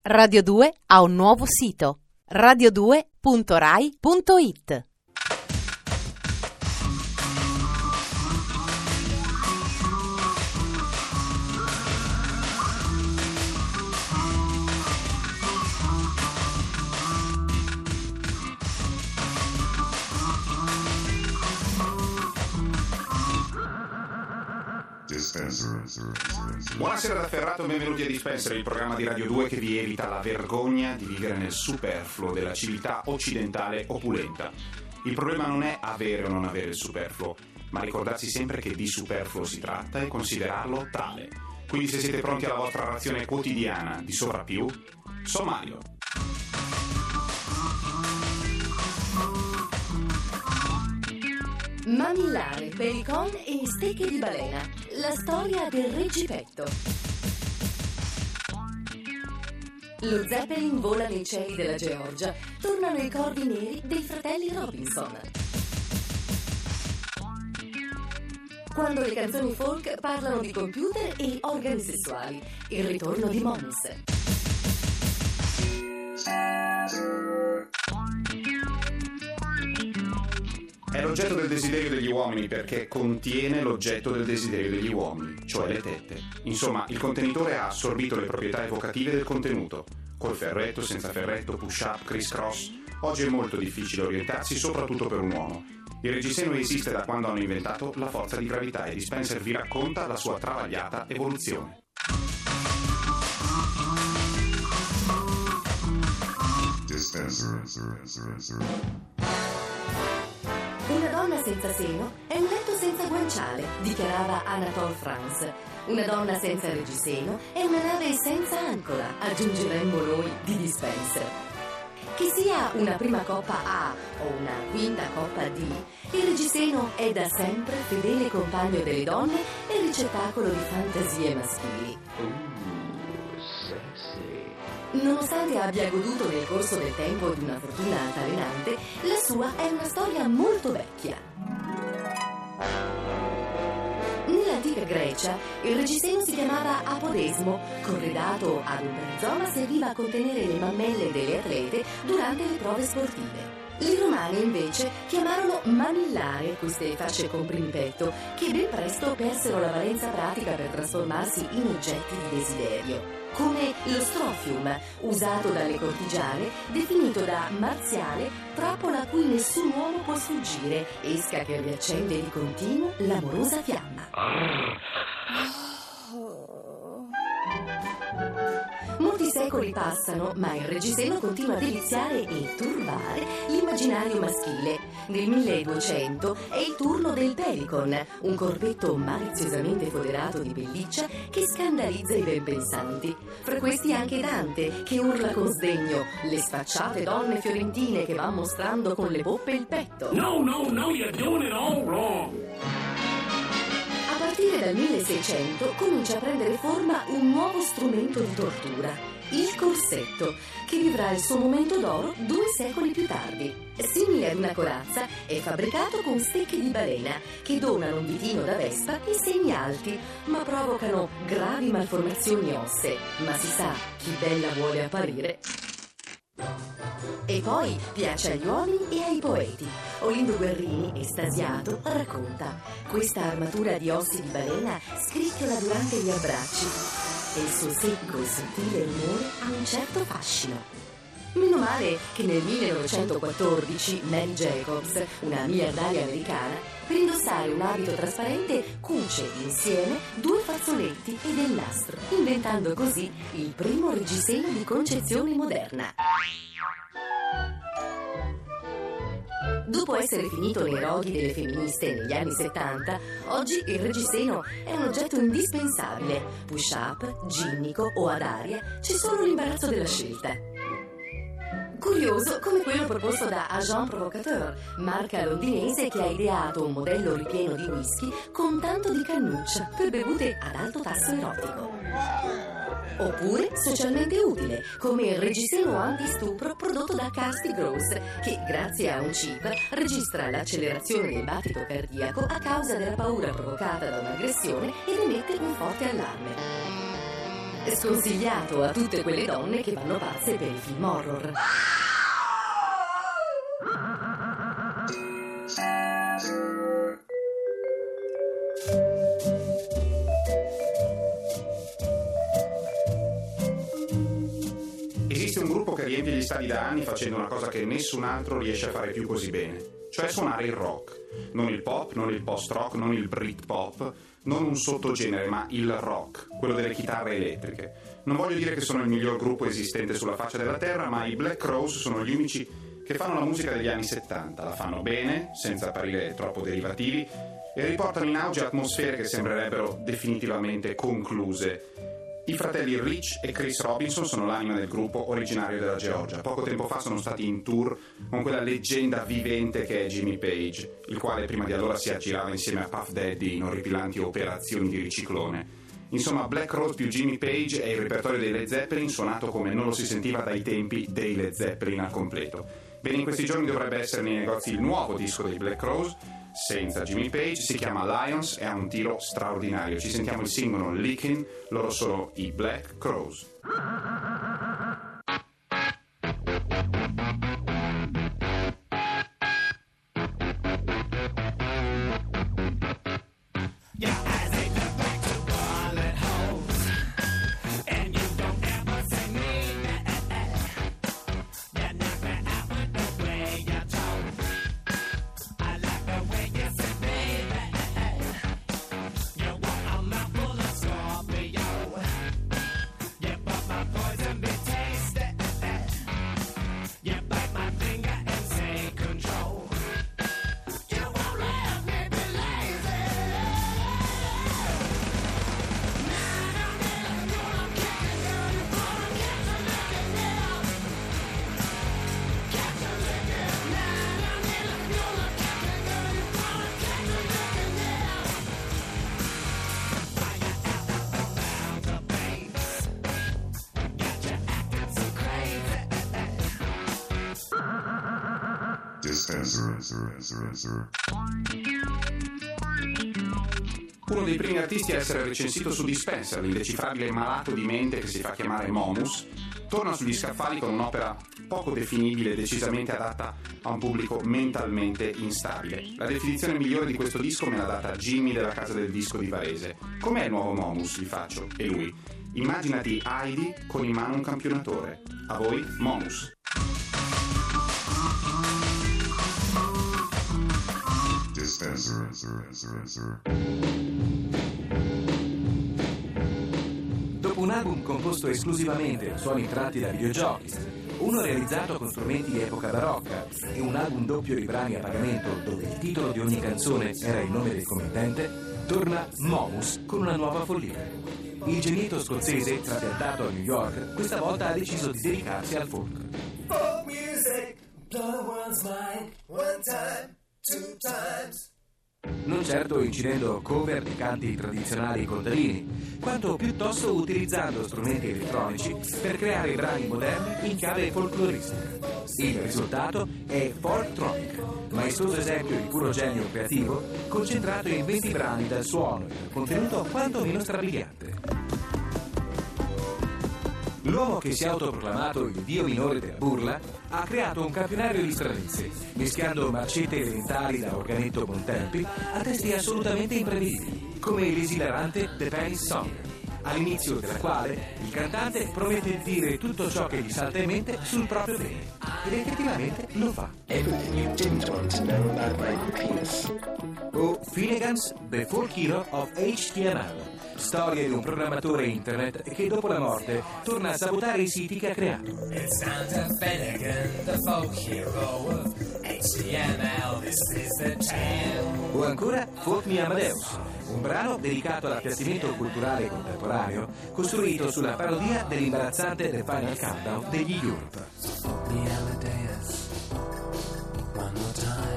Radio 2 ha un nuovo sito: radio2.rai.it. Buonasera da Ferrato, benvenuti a Dispenser, il programma di Radio 2 che vi evita la vergogna di vivere nel superfluo della civiltà occidentale opulenta. Il problema non è avere o non avere il superfluo, ma ricordarsi sempre che di superfluo si tratta e considerarlo tale. Quindi se siete pronti alla vostra razione quotidiana di sovrappiù, sommario. Mamillare, bacon e stecche di balena. La storia del Reggipetto. Lo Zeppelin vola nei cieli della Georgia. Tornano i corvi neri dei fratelli Robinson. Quando le canzoni folk parlano di computer e organi sessuali. Il ritorno di Mons. È l'oggetto del desiderio degli uomini perché contiene l'oggetto del desiderio degli uomini, cioè le tette. Insomma, il contenitore ha assorbito le proprietà evocative del contenuto. Col ferretto, senza ferretto, push-up, criss-cross. Oggi è molto difficile orientarsi, soprattutto per un uomo. Il reggiseno esiste da quando hanno inventato la forza di gravità e Dispenser vi racconta la sua travagliata evoluzione. Una donna senza seno è un letto senza guanciale, dichiarava Anatole France. Una donna senza reggiseno è una nave senza ancora, aggiungeremmo noi di Dispenser. Che sia una prima coppa A o una quinta coppa D, il reggiseno è da sempre fedele compagno delle donne e ricettacolo di fantasie maschili. Nonostante abbia goduto nel corso del tempo di una fortuna altalenante, la sua è una storia molto vecchia. Nell'antica Grecia, il reggiseno si chiamava apodesmo. Corredato ad un perizoma serviva a contenere le mammelle delle atlete durante le prove sportive. I romani invece chiamarono mamillare queste fasce comprimipetto, che ben presto persero la valenza pratica per trasformarsi in oggetti di desiderio. Come lo strophium, usato dalle cortigiane, definito da marziale trappola a cui nessun uomo può sfuggire, esca che riaccende di continuo l'amorosa fiamma. Molti secoli passano, ma il reggiseno continua a deliziare e turbare l'immaginario maschile. Nel 1200 è il turno del Pelicon, un corvetto maliziosamente foderato di pelliccia che scandalizza i ben pensanti. Fra questi anche Dante, che urla con sdegno: le sfacciate donne fiorentine che van mostrando con le poppe il petto. No, you're doing it all wrong. A partire dal 1600 comincia a prendere forma un nuovo strumento di tortura, il corsetto, che vivrà il suo momento d'oro 2 secoli più tardi. Simile ad una corazza, è fabbricato con stecche di balena che donano un ditino da vespa e segni alti, ma provocano gravi malformazioni ossee. Ma si sa, chi bella vuole apparire. E poi piace agli uomini e ai poeti. Olindo Guerrini, estasiato, racconta: questa armatura di ossi di balena scricchiola durante gli abbracci e il suo secco e sottile rumore ha un certo fascino. Meno male che nel 1914 Mary Jacobs, una miliardaria americana, per indossare un abito trasparente cuce insieme 2 fazzoletti e del nastro, inventando così il primo reggiseno di concezione moderna. Dopo essere finito nei roghi delle femministe negli anni 70, oggi il reggiseno è un oggetto indispensabile. Push-up, ginnico o ad aria, c'è solo l'imbarazzo della scelta. Curioso come quello proposto da Agent Provocateur, marca londinese che ha ideato un modello ripieno di whisky con tanto di cannuccia per bevute ad alto tasso erotico. Oppure socialmente utile, come il reggiseno antistupro prodotto da Kirsty Gross, che grazie a un chip registra l'accelerazione del battito cardiaco a causa della paura provocata da un'aggressione ed emette un forte allarme. Sconsigliato a tutte quelle donne che vanno pazze per i film horror. Esiste un gruppo che riempie gli stadi da anni facendo una cosa che nessun altro riesce a fare più così bene, cioè suonare il rock. Non il pop, non il post-rock, non il Britpop, non un sottogenere, ma il rock, quello delle chitarre elettriche. Non voglio dire che sono il miglior gruppo esistente sulla faccia della terra, ma i Black Crowes sono gli unici che fanno la musica degli anni 70. La fanno bene, senza apparire troppo derivativi, e riportano in auge atmosfere che sembrerebbero definitivamente concluse. I fratelli Rich e Chris Robinson sono l'anima del gruppo, originario della Georgia. Poco tempo fa sono stati in tour con quella leggenda vivente che è Jimmy Page, il quale prima di allora si aggirava insieme a Puff Daddy in orripilanti operazioni di riciclone. Insomma, Black Rose più Jimmy Page è il repertorio dei Led Zeppelin, suonato come non lo si sentiva dai tempi dei Led Zeppelin al completo. Bene, in questi giorni dovrebbe essere nei negozi il nuovo disco dei Black Rose, senza Jimmy Page, si chiama Lions e ha un tiro straordinario. Ci sentiamo il singolo Leakin', loro sono i Black Crowes. Uno dei primi artisti a essere recensito su Dispenser, l'indecifrabile malato di mente che si fa chiamare Momus, torna sugli scaffali con un'opera poco definibile, decisamente adatta a un pubblico mentalmente instabile. La definizione migliore di questo disco me l'ha data Jimmy della Casa del Disco di Varese. Com'è il nuovo Momus? Gli faccio. E lui: immaginati Heidi con in mano un campionatore. A voi, Momus. Dopo un album composto esclusivamente da suoni tratti da videogiochi, uno realizzato con strumenti di epoca barocca e un album doppio di brani a pagamento dove il titolo di ogni canzone era il nome del committente, torna Momus con una nuova follia. Il genietto scozzese, trapiantato a New York, questa volta ha deciso di dedicarsi al folk. Folk music, blow one's mind, one time, two times. Non certo incidendo cover di canti tradizionali contadini, quanto piuttosto utilizzando strumenti elettronici per creare brani moderni in chiave folcloristica. Il risultato è Folktronic, maestoso esempio di puro genio creativo, concentrato in 20 brani dal suono e dal contenuto quanto meno strabiliante. L'uomo che si è autoproclamato il dio minore della burla ha creato un campionario di stranezze, mischiando marcette elementari da organetto bontempi a testi assolutamente imprevedibili, come l'esilarante The Penny Song, all'inizio della quale il cantante promette di dire tutto ciò che gli salta in mente sul proprio bene, ed effettivamente lo fa. Everything you didn't want to know about my penis. O Finnegan's The Folk Hero of HTML, storia di un programmatore internet che dopo la morte torna a sabotare i siti che ha creato. It's time to Finnegan, the folk hero of HTML, this is the tale. O ancora Folk Me Amadeus, un brano dedicato all'appiattimento culturale contemporaneo costruito sulla parodia dell'imbarazzante The Final Countdown degli Europe. Folk me Amadeus, one more time.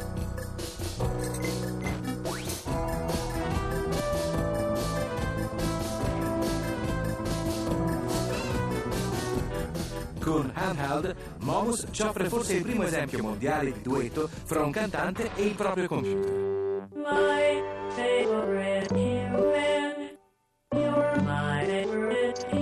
Con Handheld, Momus ci offre forse il primo esempio mondiale di duetto fra un cantante e il proprio computer. My favorite human, you're my favorite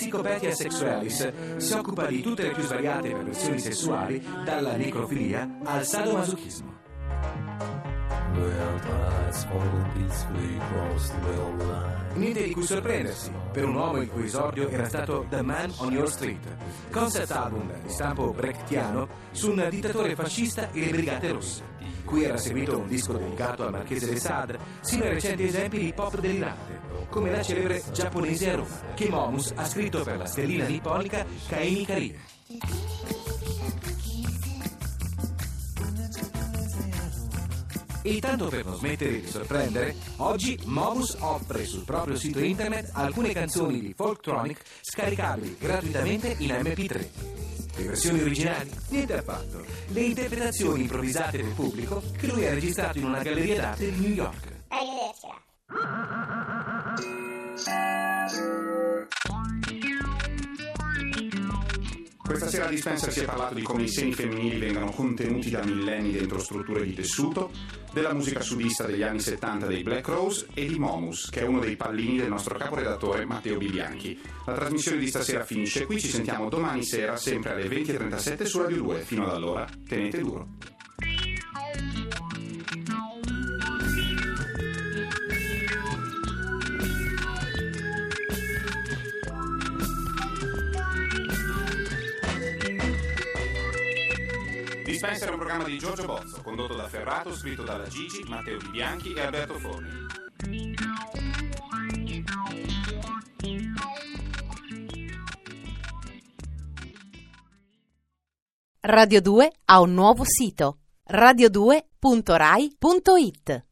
Encyclopedia Sexualis si occupa di tutte le più svariate perversioni sessuali, dalla necrofilia al sadomasochismo. Niente di cui sorprendersi per un uomo il cui esordio era stato The Man on Your Street, concept album di stampo brechtiano su un dittatore fascista e le Brigate Rosse, cui era seguito un disco dedicato al Marchese de Sade, sino ai recenti esempi di pop delirante, come la celebre Giapponese a Roma, che Momus ha scritto per la stellina nipponica Kaimi Karine. E tanto per non smettere di sorprendere, oggi Momus offre sul proprio sito internet alcune canzoni di Folktronic scaricabili gratuitamente in MP3. Le versioni originali? Niente affatto. Le interpretazioni improvvisate del pubblico che lui ha registrato in una galleria d'arte di New York. Questa sera a Dispenser si è parlato di come i seni femminili vengano contenuti da millenni dentro strutture di tessuto, della musica sudista degli anni 70 dei Black Rose e di Momus, che è uno dei pallini del nostro caporedattore Matteo Bibianchi. La trasmissione di stasera finisce qui, ci sentiamo domani sera sempre alle 20:37 su Radio 2. Fino ad allora, tenete duro. Dispenser è un programma di Giorgio Bozzo, condotto da Ferrato, scritto dalla Gigi, Matteo Bibianchi e Alberto Forni. Radio 2 ha un nuovo sito: radio2.rai.it.